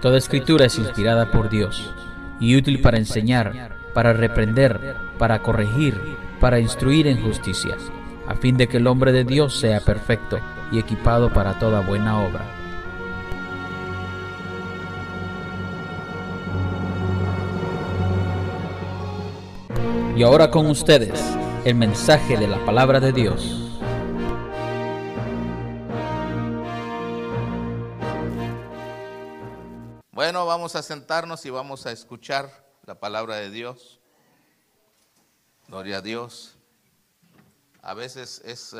Toda escritura es inspirada por Dios y útil para enseñar, para reprender, para corregir, para instruir en justicia, a fin de que el hombre de Dios sea perfecto y equipado para toda buena obra. Y ahora con ustedes, el mensaje de la palabra de Dios. Bueno, vamos a sentarnos y vamos a escuchar la palabra de Dios. Gloria a Dios. A veces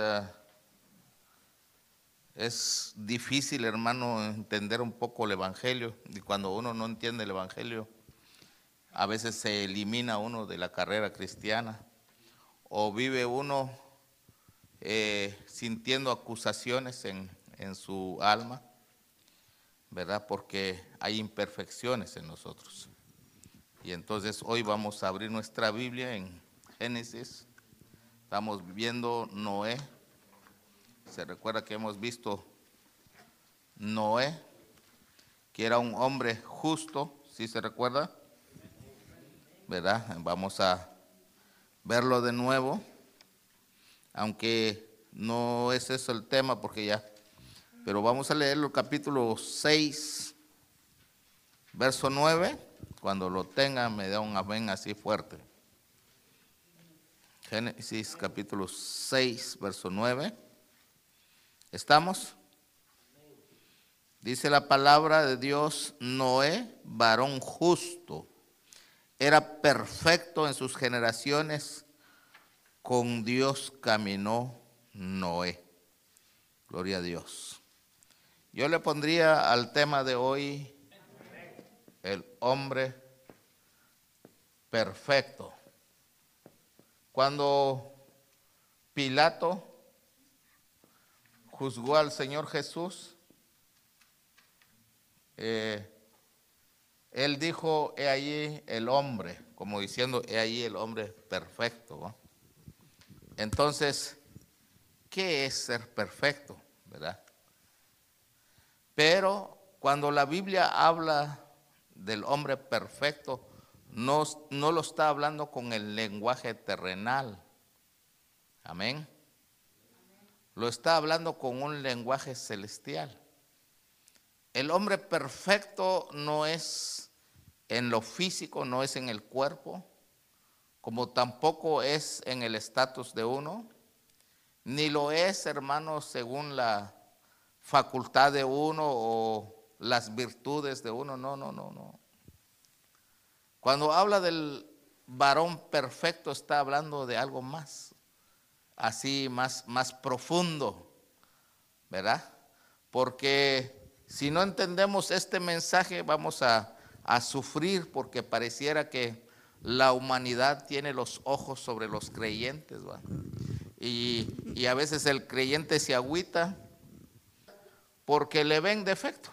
es difícil, hermano, entender un poco el Evangelio. Y cuando uno no entiende el Evangelio, a veces se elimina uno de la carrera cristiana. O vive uno sintiendo acusaciones en su alma, ¿verdad? Porque hay imperfecciones en nosotros. Y entonces hoy vamos a abrir nuestra Biblia en Génesis. Estamos viendo Noé. Se recuerda que hemos visto Noé, que era un hombre justo, ¿sí se recuerda? ¿Verdad? Vamos a verlo de nuevo, aunque no es eso el tema porque ya, pero vamos a leerlo capítulo 6, verso 9, cuando lo tengan me da un amén así fuerte. Génesis capítulo 6, verso 9. ¿Estamos? Dice la palabra de Dios: Noé, varón justo, era perfecto en sus generaciones, con Dios caminó Noé. Gloria a Dios. Yo le pondría al tema de hoy el hombre perfecto. Cuando Pilato juzgó al Señor Jesús, él dijo: he allí el hombre, como diciendo, he allí el hombre perfecto, ¿no? Entonces, ¿qué es ser perfecto? ¿Verdad? Pero cuando la Biblia habla del hombre perfecto, no lo está hablando con el lenguaje terrenal. Amén. Lo está hablando con un lenguaje celestial. El hombre perfecto no es en lo físico, no es en el cuerpo, como tampoco es en el estatus de uno, ni lo es, hermano, según la facultad de uno o las virtudes de uno. No. Cuando habla del varón perfecto, está hablando de algo más, así más profundo, ¿verdad? Porque si no entendemos este mensaje vamos a sufrir, porque pareciera que la humanidad tiene los ojos sobre los creyentes, ¿va? Y a veces el creyente se agüita porque le ven defecto,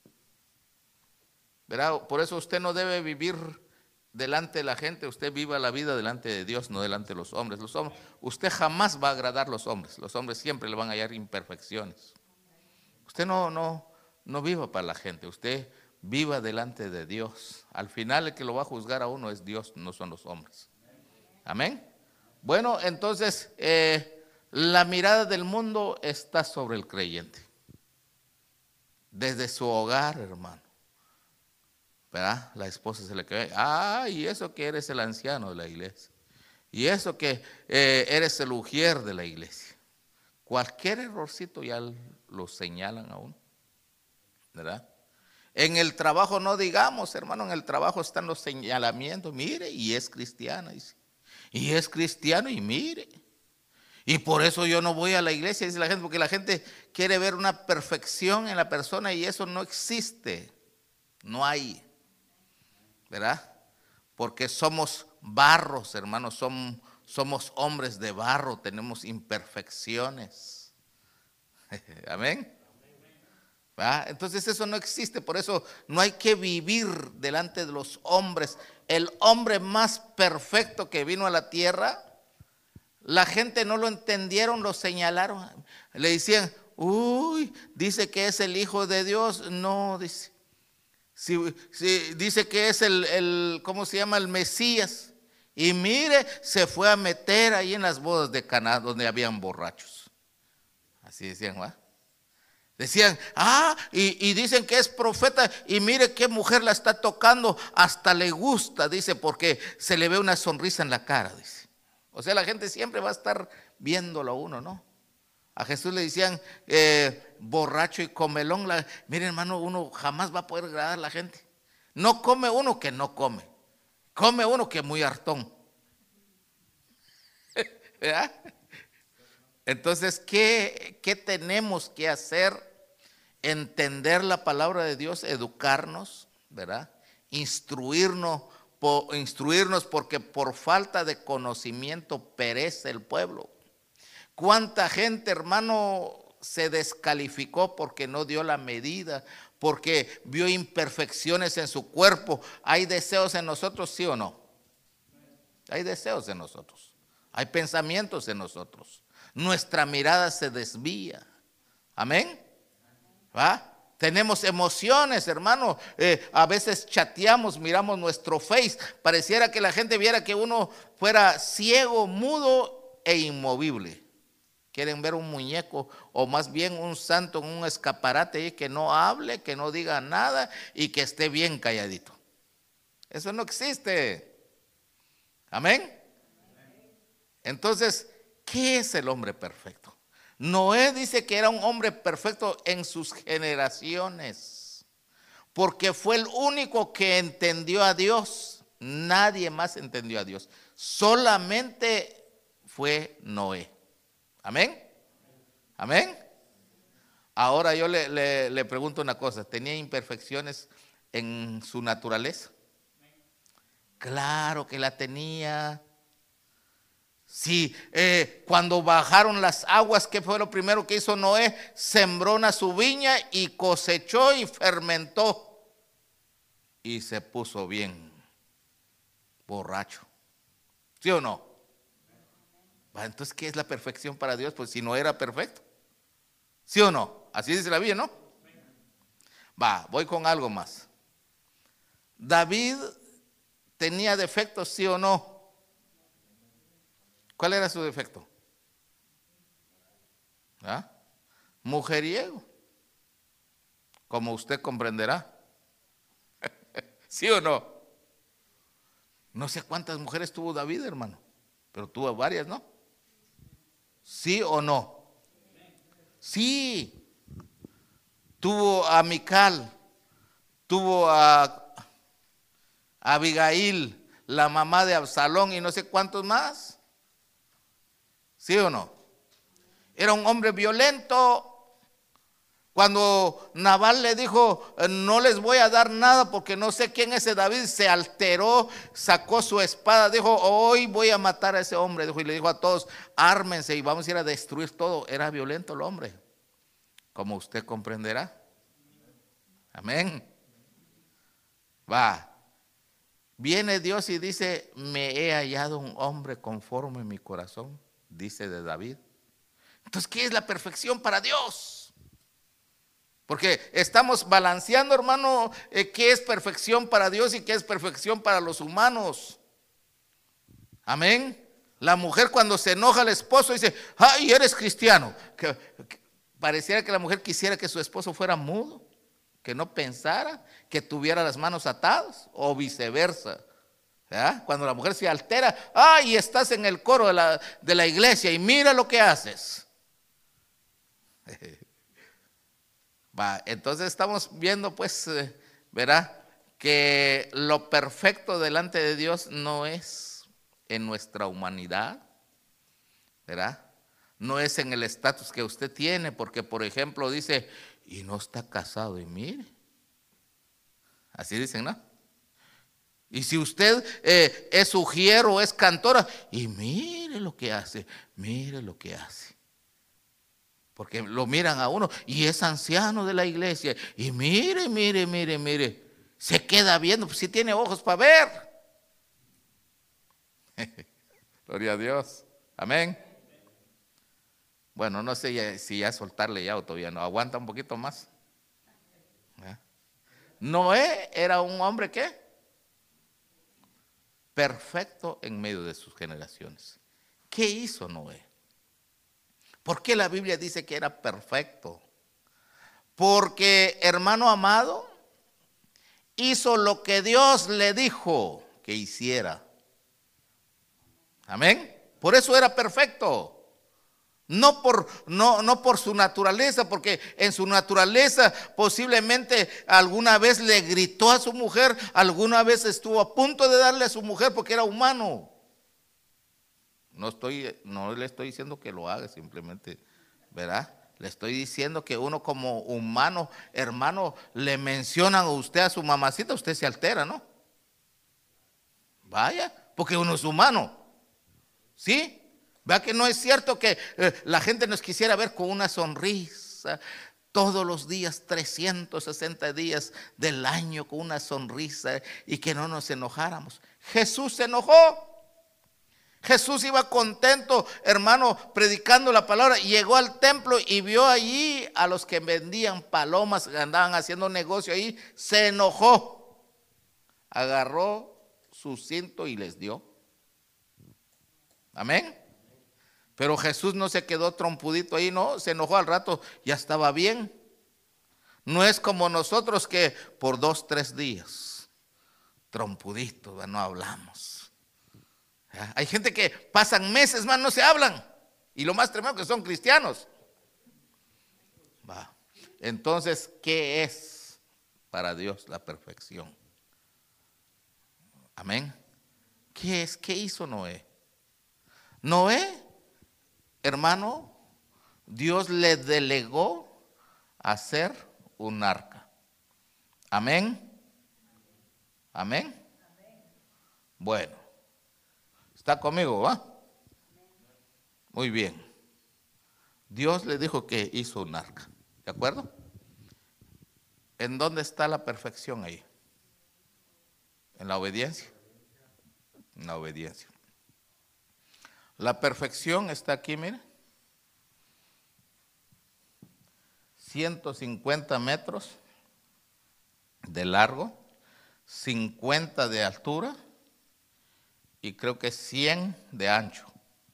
¿verdad? Por eso usted no debe vivir delante de la gente, usted viva la vida delante de Dios, no delante de los hombres. Usted jamás va a agradar a los hombres siempre le van a hallar imperfecciones. Usted no viva para la gente, usted viva delante de Dios. Al final el que lo va a juzgar a uno es Dios, no son los hombres. Amén. Bueno, entonces la mirada del mundo está sobre el creyente. Desde su hogar, hermano, ¿verdad? La esposa se le queda: y eso que eres el anciano de la iglesia, y eso que eres el ujier de la iglesia. Cualquier errorcito ya lo señalan a uno, ¿verdad? En el trabajo no digamos, hermano, en el trabajo están los señalamientos: mire, y es cristiana, y es cristiano, y mire. Y por eso yo no voy a la iglesia, dice la gente, porque la gente quiere ver una perfección en la persona y eso no existe, no hay, ¿verdad? Porque somos barros, hermanos, somos hombres de barro, tenemos imperfecciones. Amén. ¿verdad? Entonces eso no existe, por eso no hay que vivir delante de los hombres. El hombre más perfecto que vino a la tierra, la gente no lo entendieron, lo señalaron, le decían: uy, dice que es el Hijo de Dios. No, dice, Si dice que es ¿cómo se llama? El Mesías. Y mire, se fue a meter ahí en las bodas de Caná donde habían borrachos. Así decían, ¿va? Decían, y dicen que es profeta, y mire qué mujer la está tocando, hasta le gusta, dice, porque se le ve una sonrisa en la cara, dice. O sea, la gente siempre va a estar viéndolo a uno, ¿no? A Jesús le decían borracho y comelón. Mire, hermano, uno jamás va a poder agradar a la gente. No come uno que no come. Come uno que es muy hartón. ¿Verdad? Entonces, ¿qué tenemos que hacer? Entender la palabra de Dios, educarnos, ¿verdad? Instruirnos porque por falta de conocimiento perece el pueblo. ¿Cuánta gente, hermano, se descalificó porque no dio la medida, porque vio imperfecciones en su cuerpo? ¿Hay deseos en nosotros, sí o no? Hay deseos en nosotros, hay pensamientos en nosotros. Nuestra mirada se desvía. Amén. ¿Va? Tenemos emociones, hermano. A veces chateamos, miramos nuestro Face. Pareciera que la gente viera que uno fuera ciego, mudo e inmovible. Quieren ver un muñeco o más bien un santo en un escaparate y que no hable, que no diga nada y que esté bien calladito. Eso no existe. Amén. Entonces, ¿qué es el hombre perfecto? Noé dice que era un hombre perfecto en sus generaciones, porque fue el único que entendió a Dios. Nadie más entendió a Dios. Solamente fue Noé. Amén. Amén. Ahora yo le pregunto una cosa. ¿Tenía imperfecciones en su naturaleza? Claro que la tenía. Sí, cuando bajaron las aguas, ¿qué fue lo primero que hizo Noé? Sembró su viña y cosechó y fermentó. Y se puso bien borracho. ¿Sí o no? Entonces, ¿qué es la perfección para Dios? Pues si no era perfecto. ¿Sí o no? Así dice la Biblia, ¿no? Voy con algo más. David tenía defectos, ¿sí o no? ¿Cuál era su defecto? Mujeriego. Como usted comprenderá. ¿Sí o no? No sé cuántas mujeres tuvo David, hermano, pero tuvo varias, ¿no? ¿Sí o no? Sí. Tuvo a Mical, tuvo a Abigail, la mamá de Absalón y no sé cuántos más. ¿Sí o no? Era un hombre violento. Cuando Nabal le dijo, no les voy a dar nada porque no sé quién es ese David, se alteró, sacó su espada, dijo, hoy voy a matar a ese hombre. Dijo, y le dijo a todos, ármense y vamos a ir a destruir todo. Era violento el hombre, como usted comprenderá. Amén. Viene Dios y dice, me he hallado un hombre conforme en mi corazón, dice de David. Entonces, ¿qué es la perfección para Dios? Porque estamos balanceando, hermano, qué es perfección para Dios y qué es perfección para los humanos. Amén. La mujer cuando se enoja al esposo dice, ay, eres cristiano. Que pareciera que la mujer quisiera que su esposo fuera mudo, que no pensara, que tuviera las manos atadas o viceversa. Cuando la mujer se altera, ay, estás en el coro de la iglesia y mira lo que haces. Entonces estamos viendo, pues, verá, que lo perfecto delante de Dios no es en nuestra humanidad, verá, no es en el estatus que usted tiene, porque por ejemplo dice, y no está casado, y mire, así dicen, ¿no? Y si usted es ujier o es cantora, y mire lo que hace, mire lo que hace. Porque lo miran a uno y es anciano de la iglesia. Y mire, mire, mire, mire. Se queda viendo, pues si tiene ojos para ver. Gloria a Dios. Amén. Bueno, no sé si ya soltarle ya o todavía no. Aguanta un poquito más. Noé era un hombre ¿qué? Perfecto en medio de sus generaciones. ¿Qué hizo Noé? ¿Por qué la Biblia dice que era perfecto? Porque, hermano amado, hizo lo que Dios le dijo que hiciera. Amén. Por eso era perfecto. No por su naturaleza, porque en su naturaleza posiblemente alguna vez le gritó a su mujer, alguna vez estuvo a punto de darle a su mujer porque era humano. No le estoy diciendo que lo haga, simplemente, ¿verdad? Le estoy diciendo que uno como humano, hermano, le mencionan a usted a su mamacita, usted se altera, ¿no? Vaya, porque uno es humano, ¿sí? ¿Vea que no es cierto que la gente nos quisiera ver con una sonrisa todos los días, 360 días del año con una sonrisa y que no nos enojáramos? Jesús se enojó. Jesús iba contento, hermano, predicando la palabra. Llegó al templo y vio allí a los que vendían palomas, que andaban haciendo negocio ahí. Se enojó. Agarró su cinto y les dio. Amén. Pero Jesús no se quedó trompudito ahí, no, se enojó al rato, ya estaba bien. No es como nosotros que por 2, 3 días, trompuditos, no hablamos. Hay gente que pasan meses más, no se hablan. Y lo más tremendo que son cristianos. Entonces, ¿qué es para Dios la perfección? Amén. ¿Qué es? ¿Qué hizo Noé? Noé, hermano, Dios le delegó hacer un arca. Amén. Amén. Bueno, ¿está conmigo, va? Muy bien. Dios le dijo que hizo un arca, ¿de acuerdo? ¿En dónde está la perfección ahí? ¿En la obediencia? En la obediencia. La perfección está aquí, mire. 150 metros de largo, 50 de altura y creo que 100 de ancho.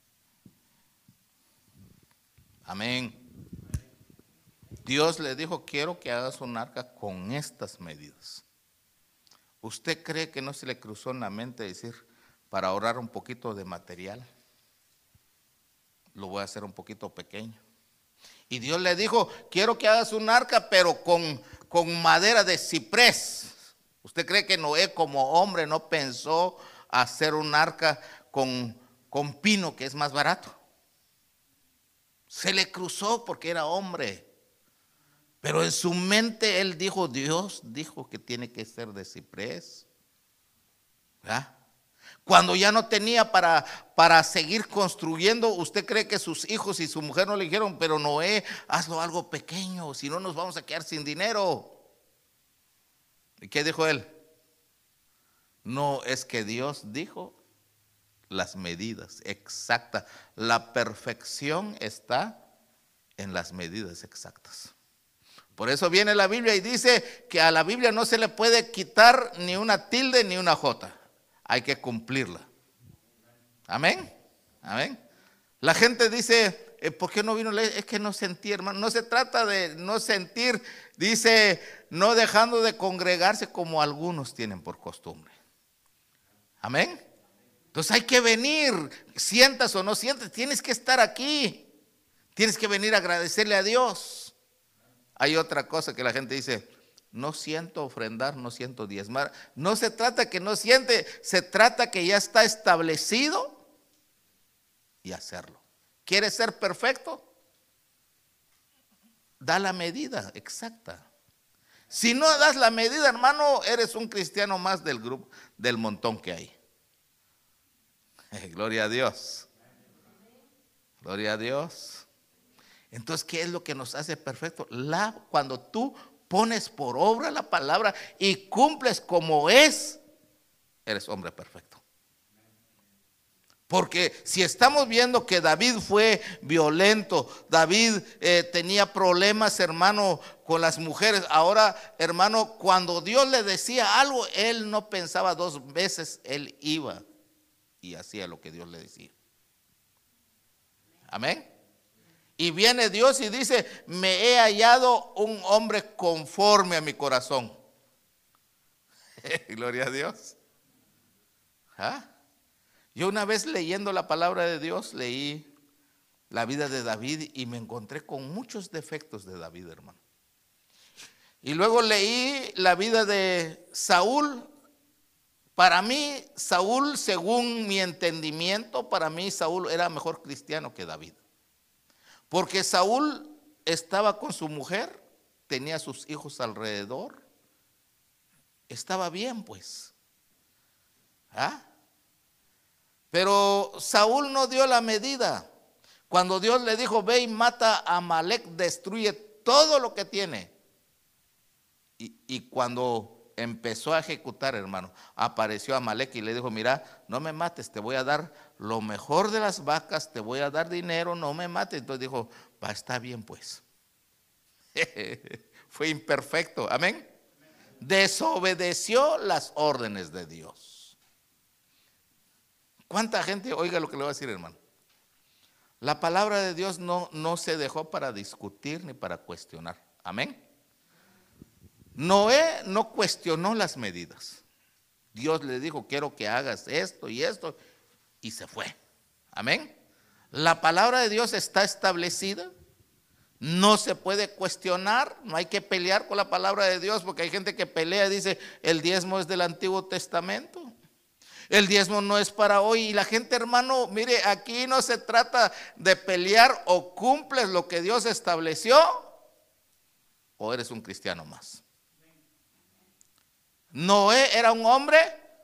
Amén. Dios le dijo, quiero que hagas un arca con estas medidas. ¿Usted cree que no se le cruzó en la mente decir, para ahorrar un poquito de material, lo voy a hacer un poquito pequeño? Y Dios le dijo, quiero que hagas un arca, pero con madera de ciprés. ¿Usted cree que Noé como hombre no pensó hacer un arca con pino, que es más barato? Se le cruzó porque era hombre. Pero en su mente él dijo, Dios dijo que tiene que ser de ciprés. ¿Verdad? Cuando ya no tenía para seguir construyendo, ¿usted cree que sus hijos y su mujer no le dijeron, pero Noé, hazlo algo pequeño, si no nos vamos a quedar sin dinero? ¿Y qué dijo él? No, es que Dios dijo las medidas exactas. La perfección está en las medidas exactas. Por eso viene la Biblia y dice que a la Biblia no se le puede quitar ni una tilde ni una jota. Hay que cumplirla. Amén. Amén. La gente dice, ¿por qué no vino? Es que no sentí, hermano. No se trata de no sentir. Dice, no dejando de congregarse como algunos tienen por costumbre. Amén. Entonces hay que venir, sientas o no sientas, tienes que estar aquí. Tienes que venir a agradecerle a Dios. Hay otra cosa que la gente dice, no siento ofrendar, no siento diezmar. No se trata que no siente, se trata que ya está establecido y hacerlo. ¿Quieres ser perfecto? Da la medida exacta. Si no das la medida, hermano, eres un cristiano más del grupo, del montón que hay. Gloria a Dios. Gloria a Dios. Entonces, ¿qué es lo que nos hace perfecto? Cuando tú pones por obra la palabra y cumples como es, eres hombre perfecto. Porque si estamos viendo que David fue violento, David tenía problemas, hermano, con las mujeres. Ahora, hermano, cuando Dios le decía algo, él no pensaba dos veces, él iba y hacía lo que Dios le decía. Amén. Y viene Dios y dice, me he hallado un hombre conforme a mi corazón. Gloria a Dios. ¿Ah? Yo una vez leyendo la palabra de Dios, leí la vida de David y me encontré con muchos defectos de David, hermano. Y luego leí la vida de Saúl. Para mí, Saúl, según mi entendimiento, para mí Saúl era mejor cristiano que David. Porque Saúl estaba con su mujer, tenía sus hijos alrededor, estaba bien pues. ¿Ah? Pero Saúl no dio la medida. Cuando Dios le dijo, ve y mata a Amalek, destruye todo lo que tiene. Y cuando empezó a ejecutar, hermano, apareció Amalek y le dijo, mira, no me mates, te voy a dar lo mejor de las vacas, te voy a dar dinero, no me mates. Entonces dijo, va, está bien pues. Fue imperfecto, amén. Desobedeció las órdenes de Dios. ¿Cuánta gente, oiga lo que le voy a decir, hermano? La palabra de Dios no se dejó para discutir ni para cuestionar. Amén. Noé no cuestionó las medidas. Dios le dijo, quiero que hagas esto y esto, y se fue. Amén. La palabra de Dios está establecida. No se puede cuestionar, no hay que pelear con la palabra de Dios, porque hay gente que pelea y dice, el diezmo es del Antiguo Testamento. El diezmo no es para hoy. Y la gente, hermano, mire, aquí no se trata de pelear, o cumples lo que Dios estableció o eres un cristiano más. Noé era un hombre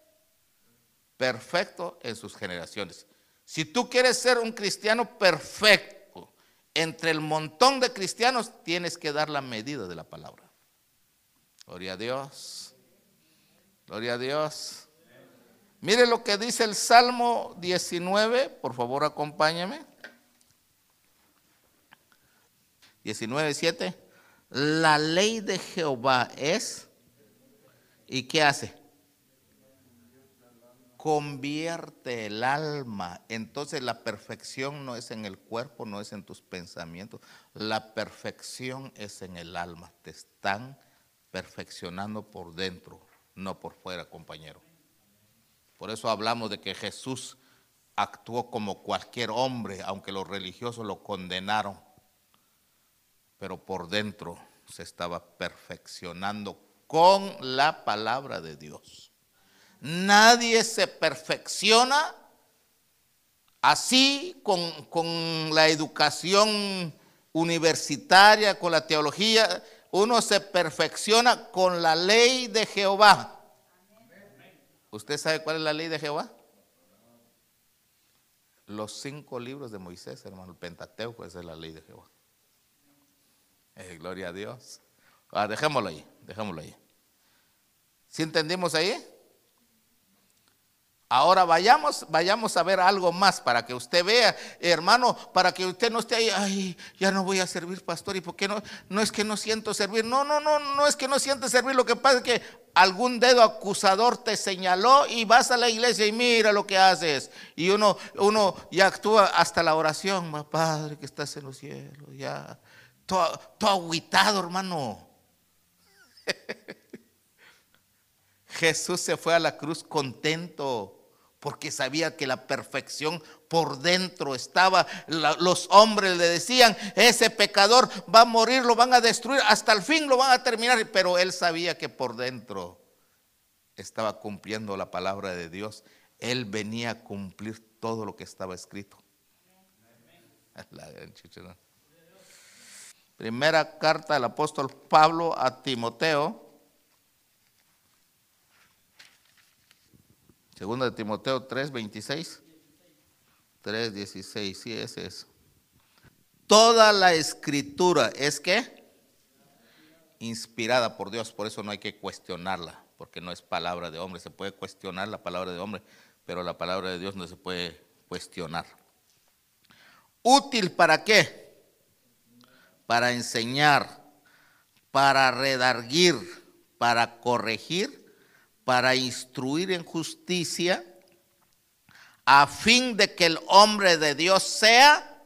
perfecto en sus generaciones. Si tú quieres ser un cristiano perfecto entre el montón de cristianos, tienes que dar la medida de la palabra. Gloria a Dios. Gloria a Dios. Mire lo que dice el Salmo 19, por favor acompáñame. 19:7. La ley de Jehová es, ¿y qué hace? Convierte el alma. Entonces la perfección no es en el cuerpo, no es en tus pensamientos. La perfección es en el alma. Te están perfeccionando por dentro, no por fuera, compañero. Por eso hablamos de que Jesús actuó como cualquier hombre, aunque los religiosos lo condenaron, pero por dentro se estaba perfeccionando con la palabra de Dios. Nadie se perfecciona así con la educación universitaria, con la teología. Uno se perfecciona con la ley de Jehová. ¿Usted sabe cuál es la ley de Jehová? Los 5 libros de Moisés, hermano, el Pentateuco, esa es la ley de Jehová. Gloria a Dios. Dejémoslo ahí, dejémoslo ahí. ¿Sí entendimos ahí? Ahora vayamos a ver algo más para que usted vea, hermano, para que usted no esté ahí, ay, ya no voy a servir, pastor, ¿y por qué no? No es que no siento servir, no es que no sientes servir, lo que pasa es que algún dedo acusador te señaló y vas a la iglesia y mira lo que haces. Y uno ya actúa hasta la oración, Padre que estás en los cielos, ya, todo agüitado, hermano. Jesús se fue a la cruz contento, porque sabía que la perfección por dentro estaba. Los hombres le decían, ese pecador va a morir, lo van a destruir, hasta el fin lo van a terminar. Pero él sabía que por dentro estaba cumpliendo la palabra de Dios. Él venía a cumplir todo lo que estaba escrito. Primera carta del apóstol Pablo a Timoteo. Segunda de Timoteo 3:26. 3:16, sí, ese es. Toda la escritura es ¿qué? Inspirada por Dios, por eso no hay que cuestionarla, porque no es palabra de hombre. Se puede cuestionar la palabra de hombre, pero la palabra de Dios no se puede cuestionar. ¿Útil para qué? Para enseñar, para redarguir, para corregir, para instruir en justicia, a fin de que el hombre de Dios sea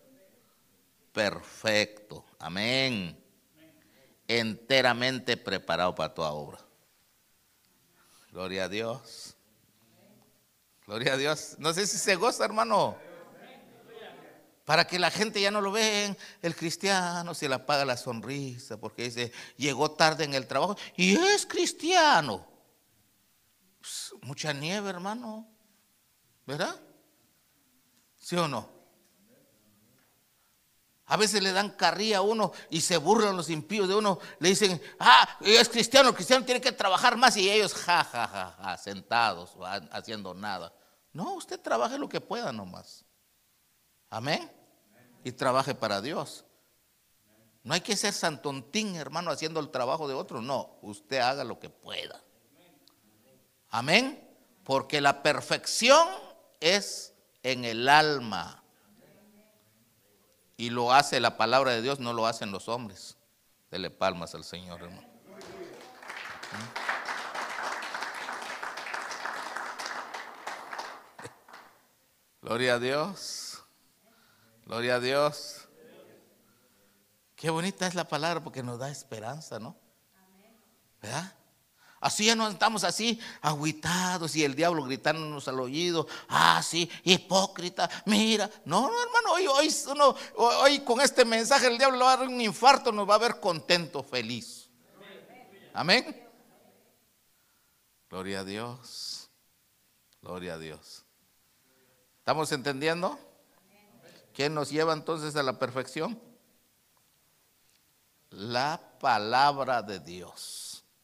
perfecto. Amén. Enteramente preparado para toda obra. Gloria a Dios. Gloria a Dios. No sé si se goza, hermano. Para que la gente ya no lo vea, el cristiano se le apaga la sonrisa porque dice, llegó tarde en el trabajo y es cristiano. Pues, mucha nieve, hermano. ¿Verdad? ¿Sí o no? A veces le dan carrilla a uno y se burlan los impíos de uno. Le dicen, es cristiano, el cristiano tiene que trabajar más, y ellos sentados, haciendo nada. No, usted trabaje lo que pueda nomás. Amén. Y trabaje para Dios. No hay que ser santontín, hermano, haciendo el trabajo de otro. No, usted haga lo que pueda. Amén. Porque la perfección es en el alma. Y lo hace la palabra de Dios, no lo hacen los hombres. Dele palmas al Señor, hermano. Gloria a Dios. Gloria a Dios. Qué bonita es la palabra porque nos da esperanza, ¿no? ¿Verdad? Así ya no estamos así agüitados y el diablo gritándonos al oído, sí, hipócrita, mira. No, hermano, hoy con este mensaje el diablo le va a dar un infarto, nos va a ver contento, feliz. Amén. Gloria a Dios. Gloria a Dios. ¿Estamos entendiendo? ¿Qué nos lleva entonces a la perfección? La palabra de Dios.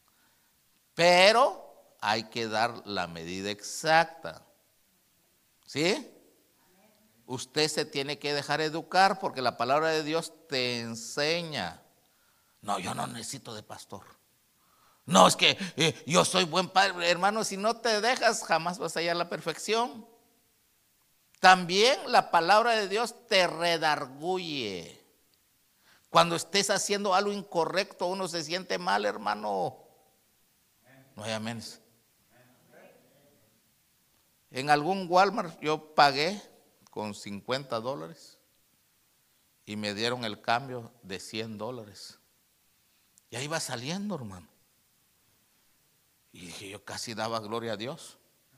Pero hay que dar la medida exacta. ¿Sí? Usted se tiene que dejar educar porque la palabra de Dios te enseña. No, yo no necesito de pastor. No, es que yo soy buen padre. Hermano, si no te dejas, jamás vas a hallar la perfección. También la palabra de Dios te redarguye. Cuando estés haciendo algo incorrecto, uno se siente mal, hermano. No hay amén. En algún Walmart yo pagué con $50 y me dieron el cambio de $100. Y ahí va saliendo, hermano. Y dije, yo casi daba gloria a Dios.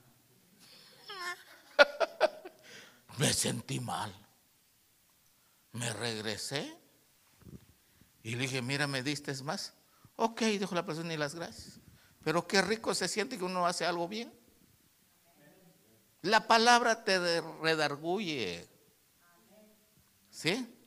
Me sentí mal. Me regresé y le dije, mira, ¿me diste más? Ok, dijo la persona, y las gracias. Pero qué rico se siente que uno hace algo bien. La palabra te redarguye. ¿Sí?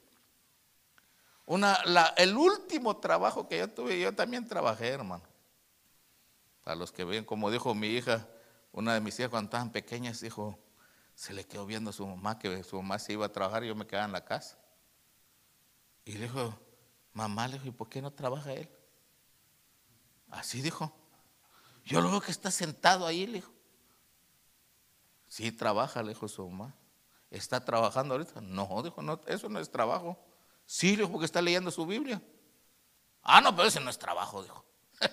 El último trabajo que yo tuve, yo también trabajé, hermano. Para los que ven, como dijo mi hija, una de mis hijas cuando estaban pequeñas, dijo, se le quedó viendo a su mamá, que su mamá se iba a trabajar y yo me quedaba en la casa. Y le dijo, mamá, le dijo, ¿y por qué no trabaja él? Así dijo. Yo lo veo que está sentado ahí, le dijo. Sí, trabaja, le dijo su mamá. ¿Está trabajando ahorita? No, dijo, no, eso no es trabajo. Sí, le dijo, porque está leyendo su Biblia. No, pero ese no es trabajo, dijo.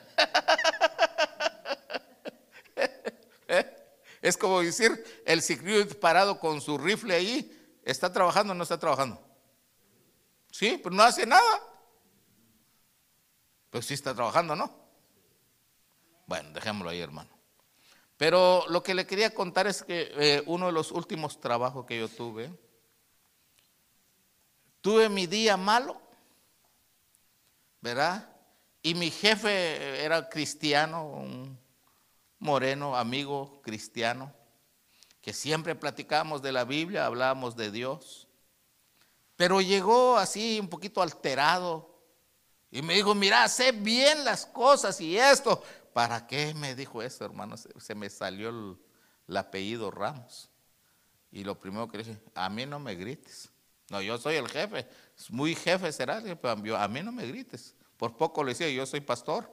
Es como decir, el security parado con su rifle ahí, ¿está trabajando o no está trabajando? Sí, pero no hace nada. Pero sí está trabajando, ¿no? Bueno, dejémoslo ahí, hermano. Pero lo que le quería contar es que uno de los últimos trabajos que yo tuve mi día malo, ¿verdad? Y mi jefe era cristiano, un moreno, amigo cristiano, que siempre platicábamos de la Biblia, hablábamos de Dios. Pero llegó así un poquito alterado y me dijo, mira, sé bien las cosas y esto. ¿Para qué me dijo eso, hermano? Se me salió el apellido Ramos. Y lo primero que le dije, a mí no me grites. No, yo soy el jefe. Muy jefe será, pero a mí no me grites. Por poco le decía, yo soy pastor.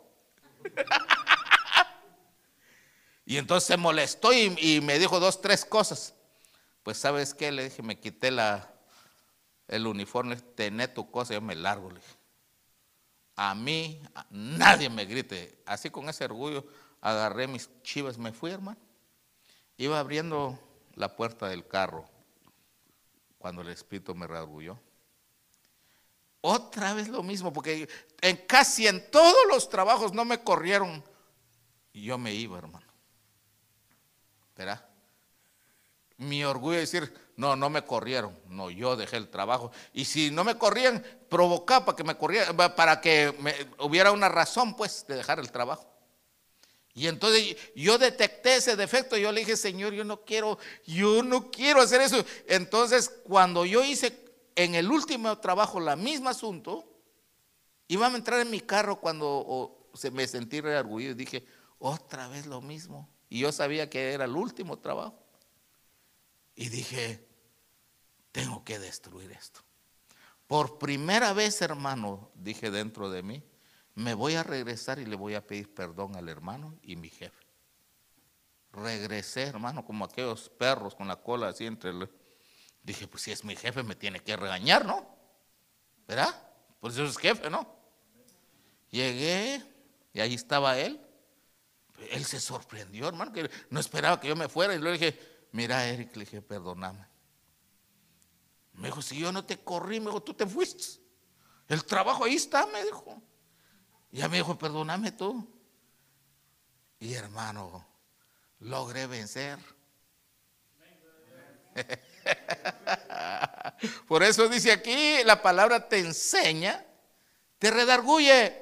Y entonces se molestó y me dijo 2, 3 cosas. Pues ¿sabes qué? Le dije, me quité el uniforme, tené tu cosa, yo me largo, le dije. A mí, nadie me grite. Así con ese orgullo, agarré mis chivas, me fui, hermano. Iba abriendo la puerta del carro cuando el Espíritu me redarguyó. Otra vez lo mismo, porque casi en todos los trabajos no me corrieron y yo me iba, hermano. ¿Verdad? Mi orgullo de decir, no me corrieron, no, yo dejé el trabajo. Y si no me corrían, provocaba para que me corrieran, para que hubiera una razón, pues, de dejar el trabajo. Y entonces yo detecté ese defecto, yo le dije, Señor, yo no quiero hacer eso. Entonces, cuando yo hice en el último trabajo la misma asunto, iba a entrar en mi carro cuando me sentí redargüido y dije, otra vez lo mismo. Y yo sabía que era el último trabajo. Y dije, tengo que destruir esto. Por primera vez, hermano, dije dentro de mí, me voy a regresar y le voy a pedir perdón al hermano y mi jefe. Regresé, hermano, como aquellos perros con la cola así Dije, pues si es mi jefe me tiene que regañar, ¿no? ¿Verdad? Pues eso es jefe, ¿no? Llegué y ahí estaba él. Él se sorprendió, hermano, que no esperaba que yo me fuera. Y le dije, mira, Eric, le dije, perdóname. Me dijo, si yo no te corrí, me dijo, tú te fuiste. El trabajo ahí está, me dijo. Ya me dijo, perdóname tú. Y hermano, logré vencer. Por eso dice aquí, la palabra te enseña, te redarguye.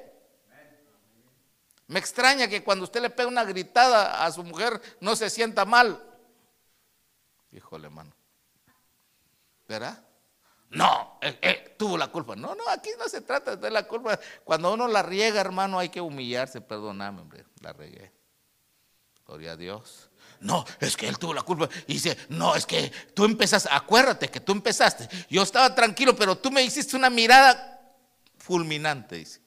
Me extraña que cuando usted le pega una gritada a su mujer no se sienta mal. Híjole, hermano. ¿Verdad? No, tuvo la culpa. No, aquí no se trata de la culpa. Cuando uno la riega, hermano, hay que humillarse. Perdóname, hombre, la regué. Gloria a Dios. No, es que él tuvo la culpa. Y dice, no, es que tú empezaste, acuérdate que tú empezaste. Yo estaba tranquilo, pero tú me hiciste una mirada fulminante, dice.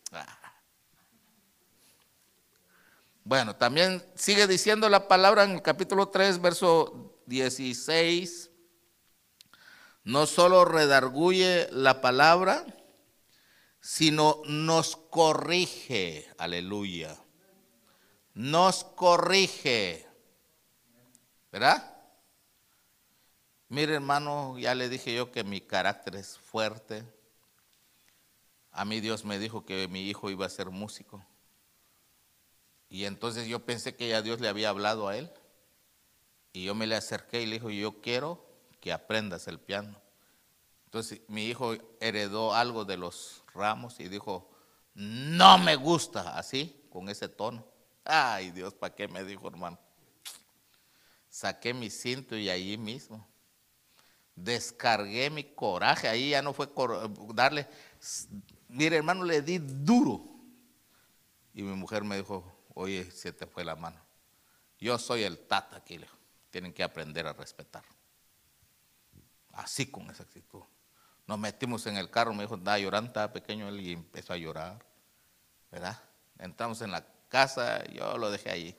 Bueno, también sigue diciendo la palabra en el capítulo 3, verso 16. No solo redarguye la palabra, sino nos corrige. Aleluya. Nos corrige. ¿Verdad? Mire, hermano, ya le dije yo que mi carácter es fuerte. A mí Dios me dijo que mi hijo iba a ser músico. Y entonces yo pensé que ya Dios le había hablado a él. Y yo me le acerqué y le dije, yo quiero que aprendas el piano. Entonces mi hijo heredó algo de los ramos y dijo, no me gusta, así, con ese tono. Ay, Dios, ¿para qué me dijo, hermano? Saqué mi cinto y allí mismo descargué mi coraje. Ahí ya no fue darle, mire, hermano, le di duro. Y mi mujer me dijo, oye, se te fue la mano. Yo soy el tata aquí, tienen que aprender a respetar. Así, con esa actitud. Nos metimos en el carro, me dijo, estaba llorando, estaba pequeño él y empezó a llorar, ¿verdad? Entramos en la casa, yo lo dejé allí.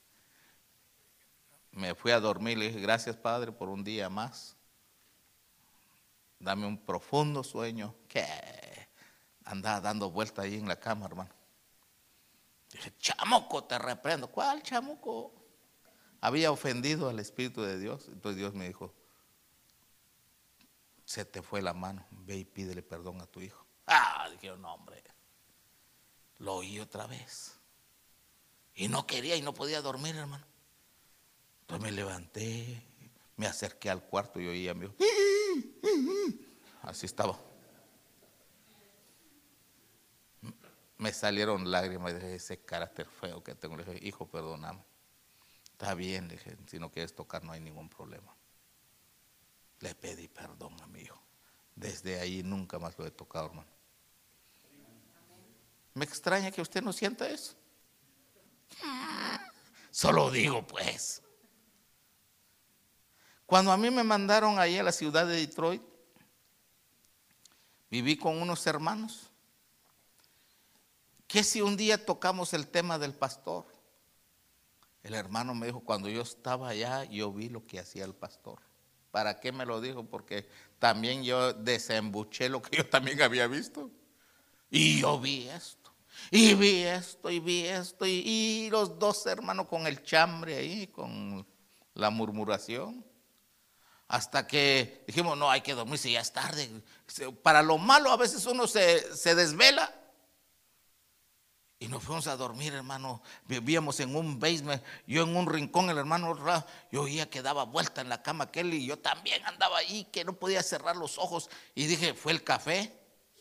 Me fui a dormir, le dije, gracias, Padre, por un día más. Dame un profundo sueño. ¿Qué? Andaba dando vueltas ahí en la cama, hermano. Dije, chamuco, te reprendo. ¿Cuál chamuco? Había ofendido al Espíritu de Dios. Entonces Dios me dijo, se te fue la mano, ve y pídele perdón a tu hijo. Dije, no, hombre. Lo oí otra vez. Y no quería y no podía dormir, hermano. Entonces me levanté, me acerqué al cuarto y oía a mi hijo. Así estaba. Me salieron lágrimas y dije, ese carácter feo que tengo. Le dije, hijo, perdóname. Está bien, le dije, si no quieres tocar no hay ningún problema. Le pedí perdón a mi hijo. Desde ahí nunca más lo he tocado, hermano. Me extraña que usted no sienta eso. Solo digo, pues. Cuando a mí me mandaron ahí a la ciudad de Detroit, viví con unos hermanos. ¿Qué si un día tocamos el tema del pastor? El hermano me dijo, cuando yo estaba allá, yo vi lo que hacía el pastor. ¿para qué me lo dijo? Porque también yo desembuché lo que yo también había visto. Y yo vi esto, y vi esto, y vi esto, y los dos hermanos con el chambre ahí, con la murmuración. Hasta que dijimos, no, hay que dormirse, ya es tarde. Para lo malo a veces uno se desvela. Y nos fuimos a dormir, hermano. Vivíamos en un basement, yo en un rincón, el hermano, yo oía que daba vuelta en la cama aquel y yo también andaba ahí, que no podía cerrar los ojos. Y dije, fue el café.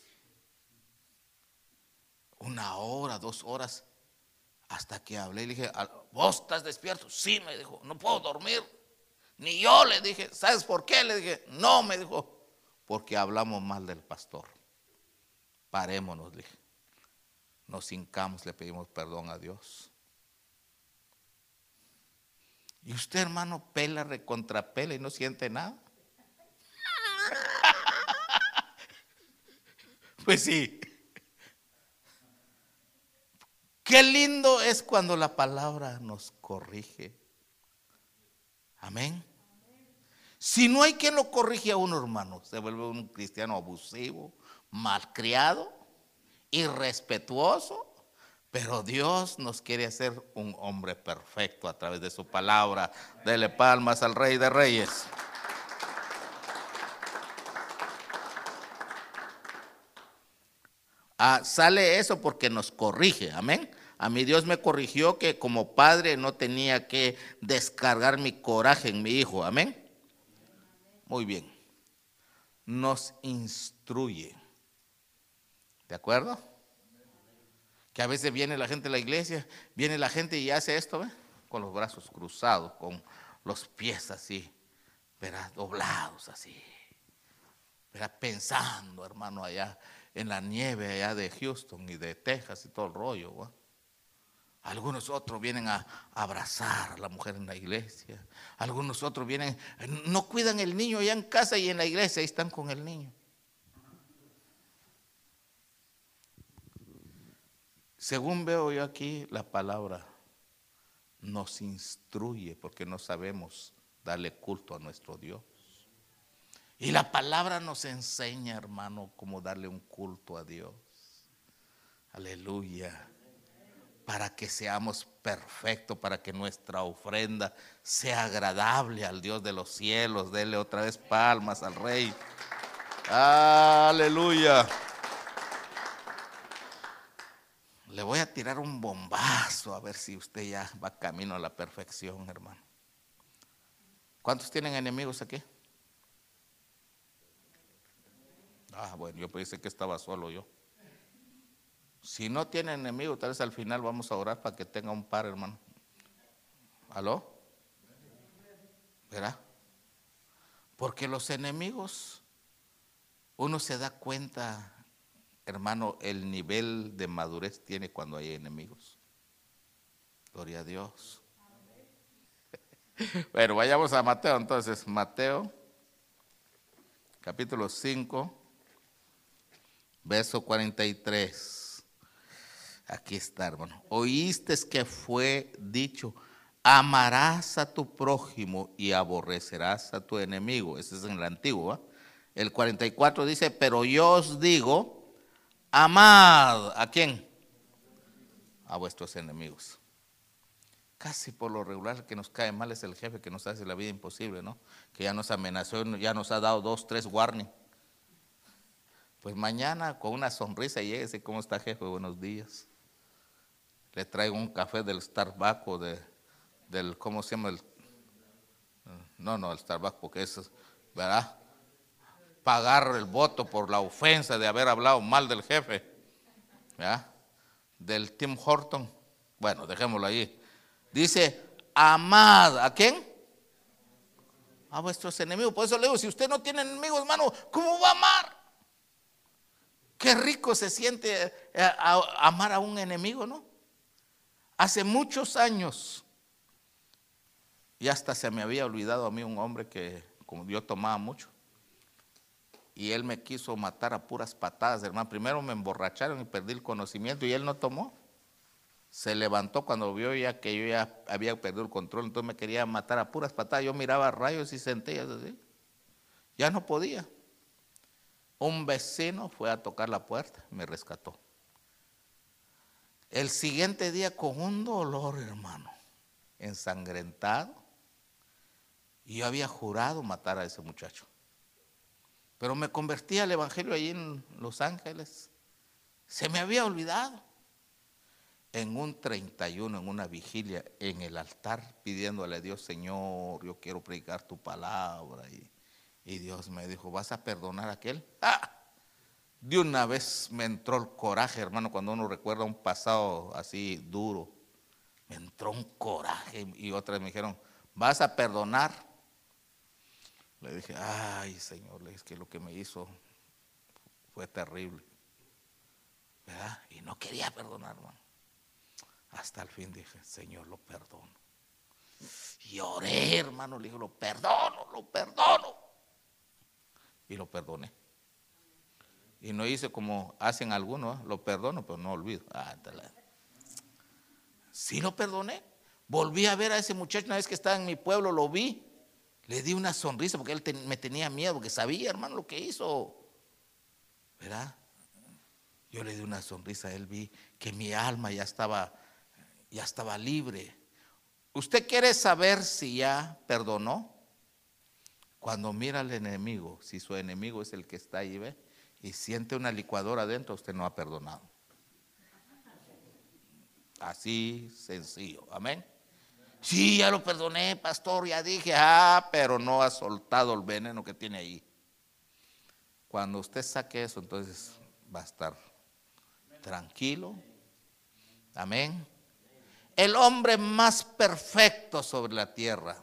1 hora, 2 horas, hasta que hablé y le dije, ¿vos estás despierto? Sí, me dijo, no puedo dormir. Ni yo, le dije, ¿sabes por qué? Le dije, no, me dijo, porque hablamos mal del pastor. Parémonos, le dije. Nos hincamos, le pedimos perdón a Dios. Y usted, hermano, pela, recontrapela y no siente nada. Pues sí. Qué lindo es cuando la palabra nos corrige. Amén. Si no hay quien lo corrige a uno, hermano, se vuelve un cristiano abusivo, malcriado, irrespetuoso. Pero Dios nos quiere hacer un hombre perfecto a través de su palabra. Dele palmas al Rey de Reyes. Sale eso porque nos corrige, amén. A mí Dios me corrigió que como padre no tenía que descargar mi coraje en mi hijo, amén. Muy bien. Nos instruye. ¿De acuerdo? Que a veces viene la gente a la iglesia, viene la gente y hace esto, ¿ve? Con los brazos cruzados, con los pies así, ¿verdad? Doblados así, ¿verdad? Pensando, hermano, allá en la nieve allá de Houston y de Texas y todo el rollo, ¿va? Algunos otros vienen a abrazar a la mujer en la iglesia. Algunos otros vienen, no cuidan el niño allá en casa y en la iglesia ahí están con el niño. Según veo yo aquí, la palabra nos instruye porque no sabemos darle culto a nuestro Dios. Y la palabra nos enseña, hermano, cómo darle un culto a Dios. Aleluya. Para que seamos perfectos, para que nuestra ofrenda sea agradable al Dios de los cielos. Dele otra vez palmas al Rey. Aleluya. Le voy a tirar un bombazo a ver si usted ya va camino a la perfección, hermano. ¿Cuántos tienen enemigos aquí? Bueno, yo pensé que estaba solo yo. Si no tiene enemigos, tal vez al final vamos a orar para que tenga un par, hermano. ¿Aló? ¿Verdad? Porque los enemigos, uno se da cuenta, hermano, el nivel de madurez tiene cuando hay enemigos. Gloria a Dios. Bueno, vayamos a Mateo entonces. Mateo, capítulo 5, verso 43. Aquí está, hermano. Oíste que fue dicho, amarás a tu prójimo y aborrecerás a tu enemigo. Ese es en el antiguo, ¿eh? El 44 dice, pero yo os digo, amad. ¿A quién? A vuestros enemigos. Casi por lo regular que nos cae mal es el jefe que nos hace la vida imposible, ¿no? Que ya nos amenazó, ya nos ha dado 2, 3 warnings. Pues mañana con una sonrisa lléguese, ¿cómo está, jefe? Buenos días. Le traigo un café del Starbucks o del, ¿cómo se llama? No, el Starbucks, porque eso, ¿verdad? Pagar el voto por la ofensa de haber hablado mal del jefe, ¿verdad? Del Tim Horton. Bueno, dejémoslo ahí. Dice, amad, ¿a quién? A vuestros enemigos. Por eso le digo, si usted no tiene enemigos, hermano, ¿cómo va a amar? Qué rico se siente amar a un enemigo, ¿no? Hace muchos años, y hasta se me había olvidado a mí un hombre que, como yo tomaba mucho, y él me quiso matar a puras patadas, hermano. Primero me emborracharon y perdí el conocimiento y él no tomó. Se levantó cuando vio ya que yo ya había perdido el control, entonces me quería matar a puras patadas. Yo miraba rayos y centellas así. Ya no podía. Un vecino fue a tocar la puerta, me rescató. El siguiente día con un dolor, hermano, ensangrentado, y yo había jurado matar a ese muchacho. Pero me convertí al evangelio allí en Los Ángeles. Se me había olvidado. En un 31, en una vigilia, en el altar, pidiéndole a Dios, Señor, yo quiero predicar tu palabra. Y Dios me dijo, ¿vas a perdonar a aquel? ¡Ah! De una vez me entró el coraje, hermano, cuando uno recuerda un pasado así duro. Me entró un coraje y otras me dijeron, ¿vas a perdonar? Le dije, ay, Señor, es que lo que me hizo fue terrible, ¿verdad? Y no quería perdonar, hermano. Hasta el fin dije, Señor, lo perdono. Y oré, hermano, le dije, lo perdono, lo perdono. Y lo perdoné. Y no hice como hacen algunos, lo perdono, pero no olvido. Sí lo perdoné. Volví a ver a ese muchacho una vez que estaba en mi pueblo, lo vi. Le di una sonrisa porque él me tenía miedo, porque sabía, hermano, lo que hizo. ¿Verdad? Yo le di una sonrisa a él, vi que mi alma ya estaba libre. ¿Usted quiere saber si ya perdonó? Cuando mira al enemigo, si su enemigo es el que está ahí, ¿ve? Y siente una licuadora adentro, usted no ha perdonado. Así sencillo, amén. Sí, ya lo perdoné, pastor, ya dije, pero no ha soltado el veneno que tiene ahí. Cuando usted saque eso, entonces va a estar tranquilo, amén. El hombre más perfecto sobre la tierra,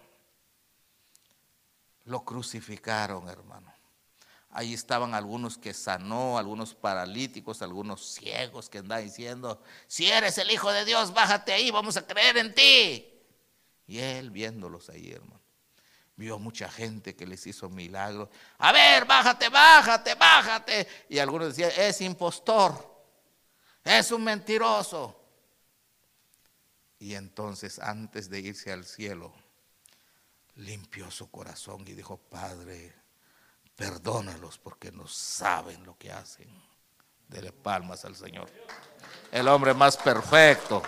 lo crucificaron, hermano. Ahí estaban algunos que sanó, algunos paralíticos, algunos ciegos que andaban diciendo, si eres el Hijo de Dios, bájate ahí, vamos a creer en ti. Y él viéndolos ahí, hermano, vio mucha gente que les hizo milagros. A ver, bájate, bájate, bájate. Y algunos decían, es impostor, es un mentiroso. Y entonces, antes de irse al cielo, limpió su corazón y dijo, Padre, perdónalos porque no saben lo que hacen. Dele palmas al Señor. El hombre más perfecto.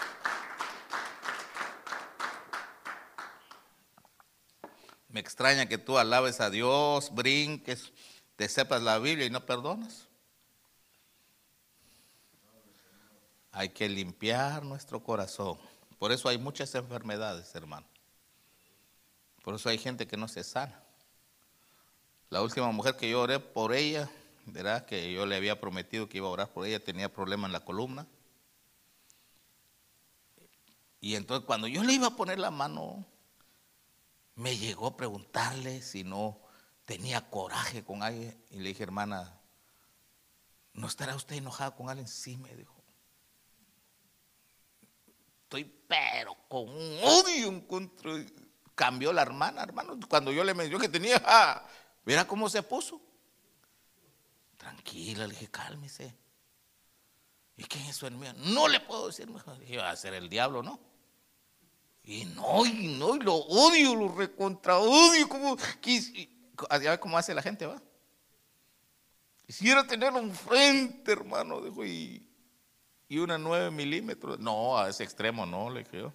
Me extraña que tú alabes a Dios, brinques, te sepas la Biblia y no perdonas. Hay que limpiar nuestro corazón. Por eso hay muchas enfermedades, hermano. Por eso hay gente que no se sana. La última mujer que yo oré por ella, ¿verdad? Que yo le había prometido que iba a orar por ella, tenía problemas en la columna. Y entonces cuando yo le iba a poner la mano, me llegó a preguntarle si no tenía coraje con alguien. Y le dije, hermana, ¿no estará usted enojada con alguien? Sí, me dijo. Estoy pero con un odio en contra. Cambió la hermana, hermano. Cuando yo le mencioné que tenía, ¿verá cómo se puso? Tranquila, le dije, cálmese. ¿Y quién es su enemigo? No le puedo decir mejor. Dije, va a ser el diablo, ¿no? Y no, y lo odio, lo recontra odio. ¿Cómo hace la gente, va? Quisiera tenerlo enfrente, hermano, dijo, y una 9 milímetros. No, a ese extremo no, le dije yo.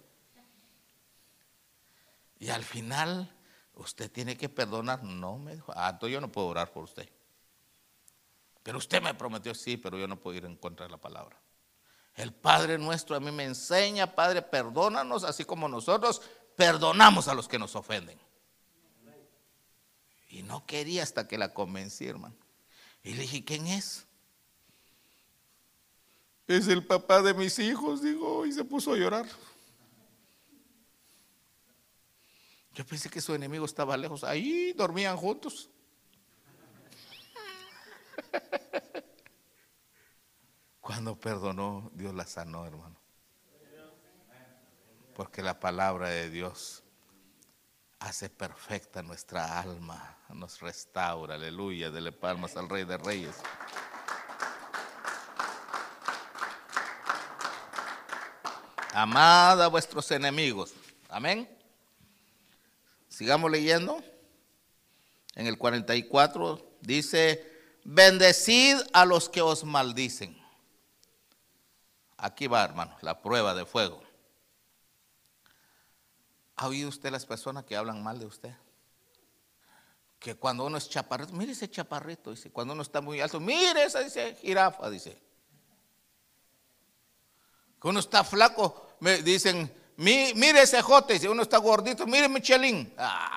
Y al final, usted tiene que perdonar. No, me dijo, entonces yo no puedo orar por usted. Pero usted me prometió, sí, pero yo no puedo ir en contra de la palabra. El Padre nuestro a mí me enseña, Padre, perdónanos, así como nosotros perdonamos a los que nos ofenden. Y no quería hasta que la convencí, hermano. Y le dije, ¿quién es? Es el papá de mis hijos, digo, y se puso a llorar. Yo pensé que su enemigo estaba lejos, ahí dormían juntos. Cuando perdonó, Dios la sanó, hermano. Porque la palabra de Dios hace perfecta nuestra alma, nos restaura, aleluya, dele palmas al Rey de Reyes. Amad a vuestros enemigos, amén. Sigamos leyendo. en el 44, dice, bendecid a los que os maldicen. Aquí va, hermano, la prueba de fuego. ¿Ha oído usted las personas que hablan mal de usted? Que cuando uno es chaparrito, mire ese chaparrito, dice. Cuando uno está muy alto, mire esa, dice, jirafa, dice. Que uno está flaco, me dicen, mire ese jote, dice. Uno está gordito, mire Michelin.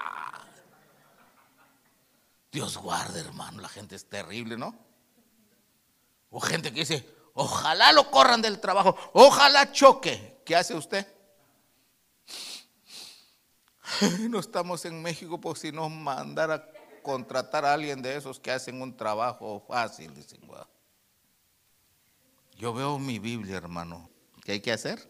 Dios guarde, hermano, la gente es terrible, ¿no? O gente que dice, ojalá lo corran del trabajo, ojalá choque. ¿Qué hace usted? No estamos en México, por si nos mandara a contratar a alguien de esos que hacen un trabajo fácil. Dicen, wow. Yo veo mi Biblia, hermano. ¿Qué hay que hacer?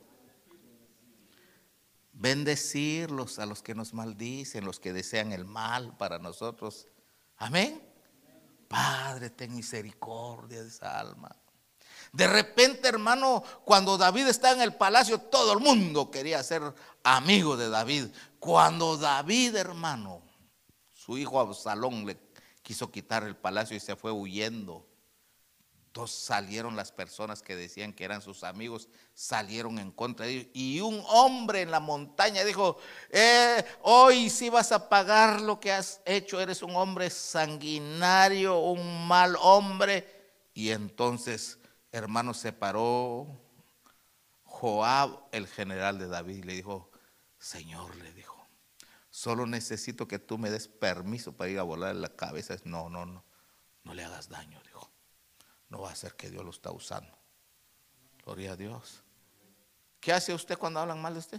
Bendecirlos a los que nos maldicen, los que desean el mal para nosotros. Amén. Padre, ten misericordia de esa alma. De repente, hermano, cuando David estaba en el palacio, todo el mundo quería ser amigo de David. Cuando David, hermano, su hijo Absalón le quiso quitar el palacio y se fue huyendo, entonces salieron las personas que decían que eran sus amigos, salieron en contra de ellos. Y un hombre en la montaña dijo, hoy sí vas a pagar lo que has hecho, eres un hombre sanguinario, un mal hombre. Y entonces, hermano, se paró Joab, el general de David, y le dijo, Señor, le dijo, solo necesito que tú me des permiso para ir a volar en la cabeza. No le hagas daño, dijo. No va a ser que Dios lo está usando. Gloria a Dios. ¿Qué hace usted cuando hablan mal de usted?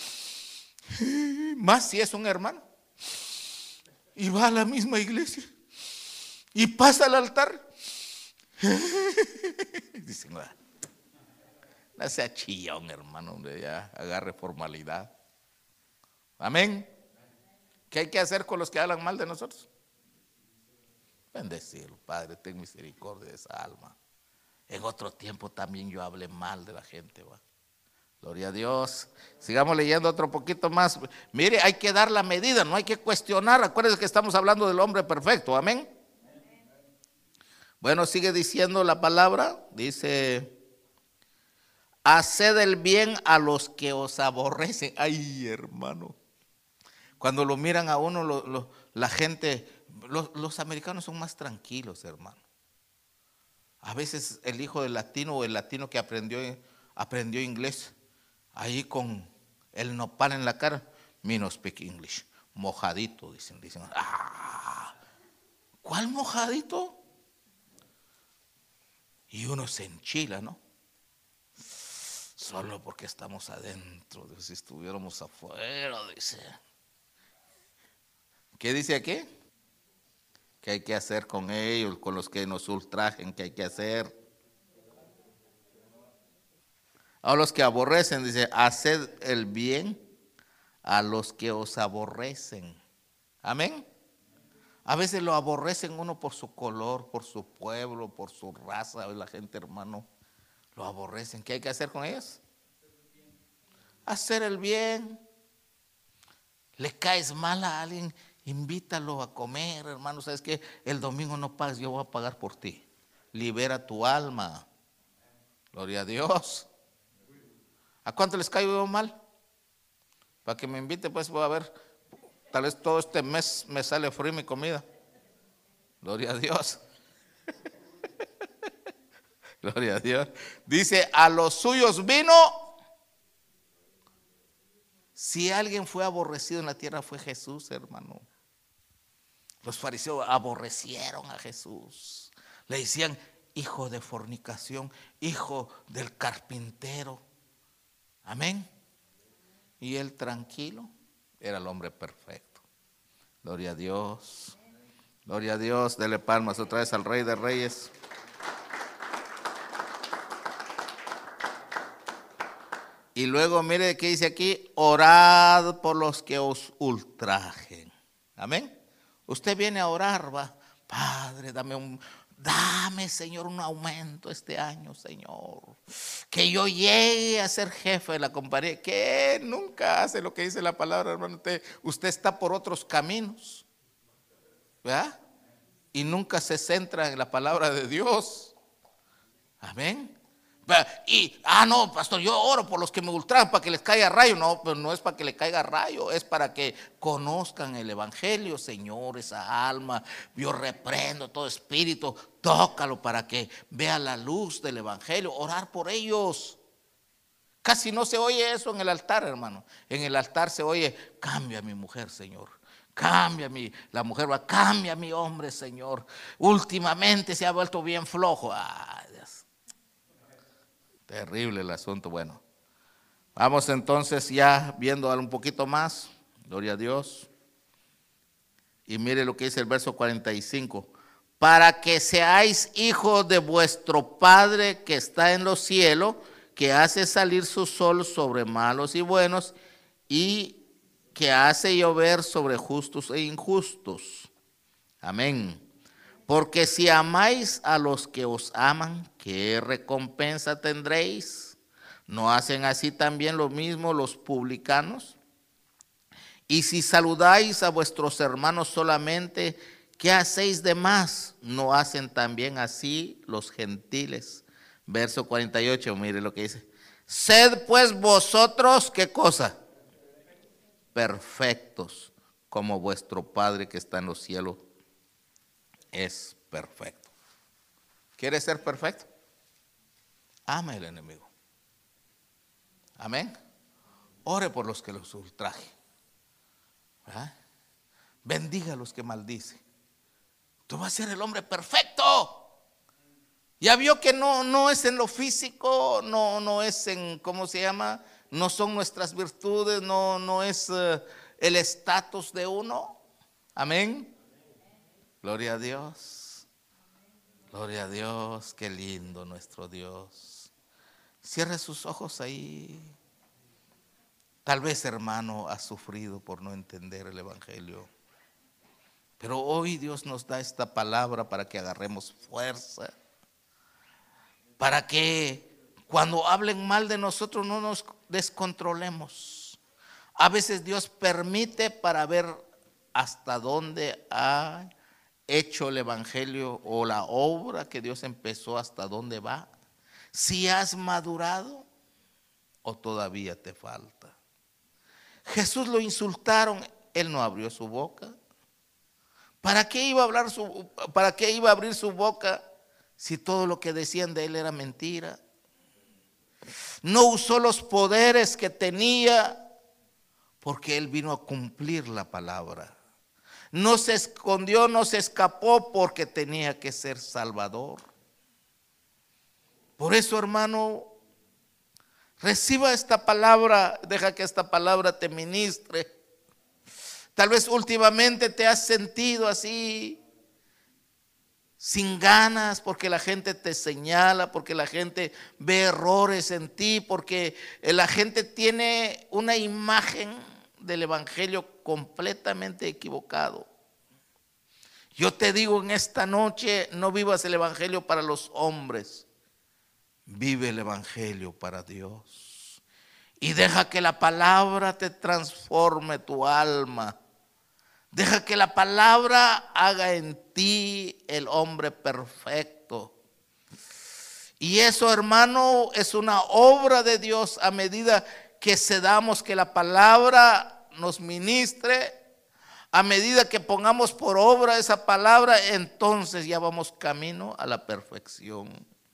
Más si es un hermano. Y va a la misma iglesia. Y pasa al altar. Dicen, no sea chillón, hermano, hombre, ya agarre formalidad. Amén. ¿Qué hay que hacer con los que hablan mal de nosotros? Bendecirlo, Padre, ten misericordia de esa alma. En otro tiempo también yo hablé mal de la gente, ¿va? Gloria a Dios. Sigamos leyendo otro poquito más. Mire, hay que dar la medida, no hay que cuestionar. Acuérdense que estamos hablando del hombre perfecto, amén. Bueno, sigue diciendo la palabra, dice, haced el bien a los que os aborrecen. Ay, hermano, cuando lo miran a uno, la gente, los americanos son más tranquilos, hermano. A veces el hijo del latino o el latino que aprendió inglés, ahí con el nopal en la cara, me no speak English, mojadito, dicen, ¿cuál mojadito? Y uno se enchila, ¿no? Solo porque estamos adentro, si estuviéramos afuera, dice. ¿Qué dice aquí? ¿Qué hay que hacer con ellos, con los que nos ultrajen? ¿Qué hay que hacer? A los que aborrecen, dice, haced el bien a los que os aborrecen. Amén. A veces lo aborrecen uno por su color, por su pueblo, por su raza. La gente, hermano, lo aborrecen. ¿Qué hay que hacer con ellos? Hacer el bien. Le caes mal a alguien, invítalo a comer, hermano. ¿Sabes qué? El domingo no pagues, yo voy a pagar por ti. Libera tu alma. Gloria a Dios. ¿A cuánto les caigo yo mal? Para que me invite, pues voy a ver. Tal vez todo este mes me sale free mi comida. Gloria a Dios. Gloria a Dios. Dice, a los suyos vino. Si alguien fue aborrecido en la tierra fue Jesús, hermano. Los fariseos aborrecieron a Jesús. Le decían, hijo de fornicación, hijo del carpintero. Amén. Y él tranquilo, era el hombre perfecto. Gloria a Dios. Gloria a Dios. Dele palmas otra vez al Rey de Reyes. Y luego mire qué dice aquí, orad por los que os ultrajen. Amén. Usted viene a orar, va. Padre, dame, Señor, un aumento este año, Señor. Que yo llegue a ser jefe de la compañía. Que nunca hace lo que dice la palabra, hermano. Usted está por otros caminos. ¿verdad? Y nunca se centra en la palabra de Dios. Amén. Y, no, pastor, yo oro por los que me ultrajan para que les caiga rayo. No, pero no es para que le caiga rayo, es para que conozcan el evangelio. Señor, esa alma, yo reprendo todo espíritu, tócalo para que vea la luz del evangelio. Orar por ellos. Casi no se oye eso en el altar, hermano. En el altar se oye: cambia a mi mujer, Señor. Cambia la mujer, cambia a mi hombre, Señor. Últimamente se ha vuelto bien flojo. Ay, Dios. Terrible el asunto. Bueno, vamos entonces ya viendo un poquito más. Gloria a Dios. Y mire lo que dice el verso 45. Para que seáis hijos de vuestro Padre que está en los cielos, que hace salir su sol sobre malos y buenos, y que hace llover sobre justos e injustos. Amén. Porque si amáis a los que os aman, ¿qué recompensa tendréis? ¿No hacen así también lo mismo los publicanos? Y si saludáis a vuestros hermanos solamente, ¿qué hacéis de más? ¿No hacen también así los gentiles? Verso 48, mire lo que dice. Sed pues vosotros, ¿qué cosa? Perfectos, como vuestro Padre que está en los cielos es perfecto. ¿Quiere ser perfecto? Ama al enemigo. Amén. Ore por los que los ultraje. ¿Verdad? Bendiga a los que maldice. Tú vas a ser el hombre perfecto. Ya vio que no es en lo físico, no es en, ¿cómo se llama? No son nuestras virtudes, no es el estatus de uno. Amén. Gloria a Dios. Gloria a Dios. Qué lindo nuestro Dios. Cierre sus ojos ahí. Tal vez, hermano, ha sufrido por no entender el evangelio. Pero hoy Dios nos da esta palabra para que agarremos fuerza. Para que cuando hablen mal de nosotros no nos descontrolemos. A veces Dios permite para ver hasta dónde ha hecho el evangelio o la obra que Dios empezó, hasta dónde va. Si has madurado o todavía te falta. Jesús lo insultaron, él no abrió su boca. ¿Para qué iba a abrir su boca si todo lo que decían de él era mentira? No usó los poderes que tenía porque él vino a cumplir la palabra. No se escondió, no se escapó porque tenía que ser Salvador. Por eso, hermano, reciba esta palabra, deja que esta palabra te ministre. Tal vez últimamente te has sentido así, sin ganas, porque la gente te señala, porque la gente ve errores en ti, porque la gente tiene una imagen del evangelio completamente equivocado. Yo te digo en esta noche, no vivas el evangelio para los hombres, vive el evangelio para Dios. Y deja que la palabra te transforme tu alma. Deja que la palabra haga en ti el hombre perfecto. Y eso, hermano, es una obra de Dios a medida que cedamos que la palabra nos ministre. A medida que pongamos por obra esa palabra, entonces ya vamos camino a la perfección.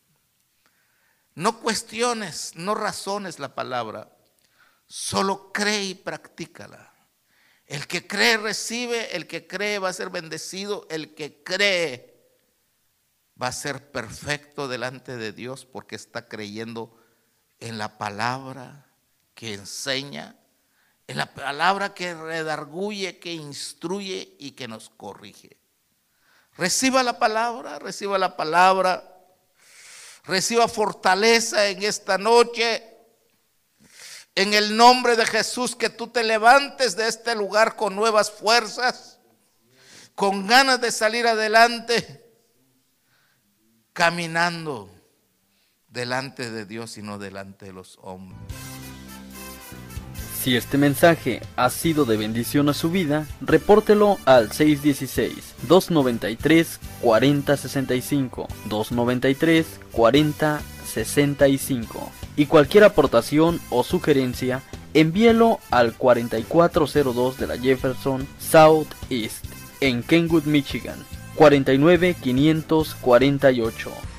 No cuestiones, no razones la palabra, solo cree y practícala. El que cree recibe, el que cree va a ser bendecido, el que cree va a ser perfecto delante de Dios porque está creyendo en la palabra que enseña, en la palabra que redarguye, que instruye y que nos corrige. Reciba la palabra, reciba fortaleza en esta noche. En el nombre de Jesús, que tú te levantes de este lugar con nuevas fuerzas, con ganas de salir adelante, caminando delante de Dios y no delante de los hombres. Si este mensaje ha sido de bendición a su vida, repórtelo al 616-293-4065, 293-4065. Y cualquier aportación o sugerencia, envíelo al 4402 de la Jefferson South East, en Kenwood, Michigan, 49548.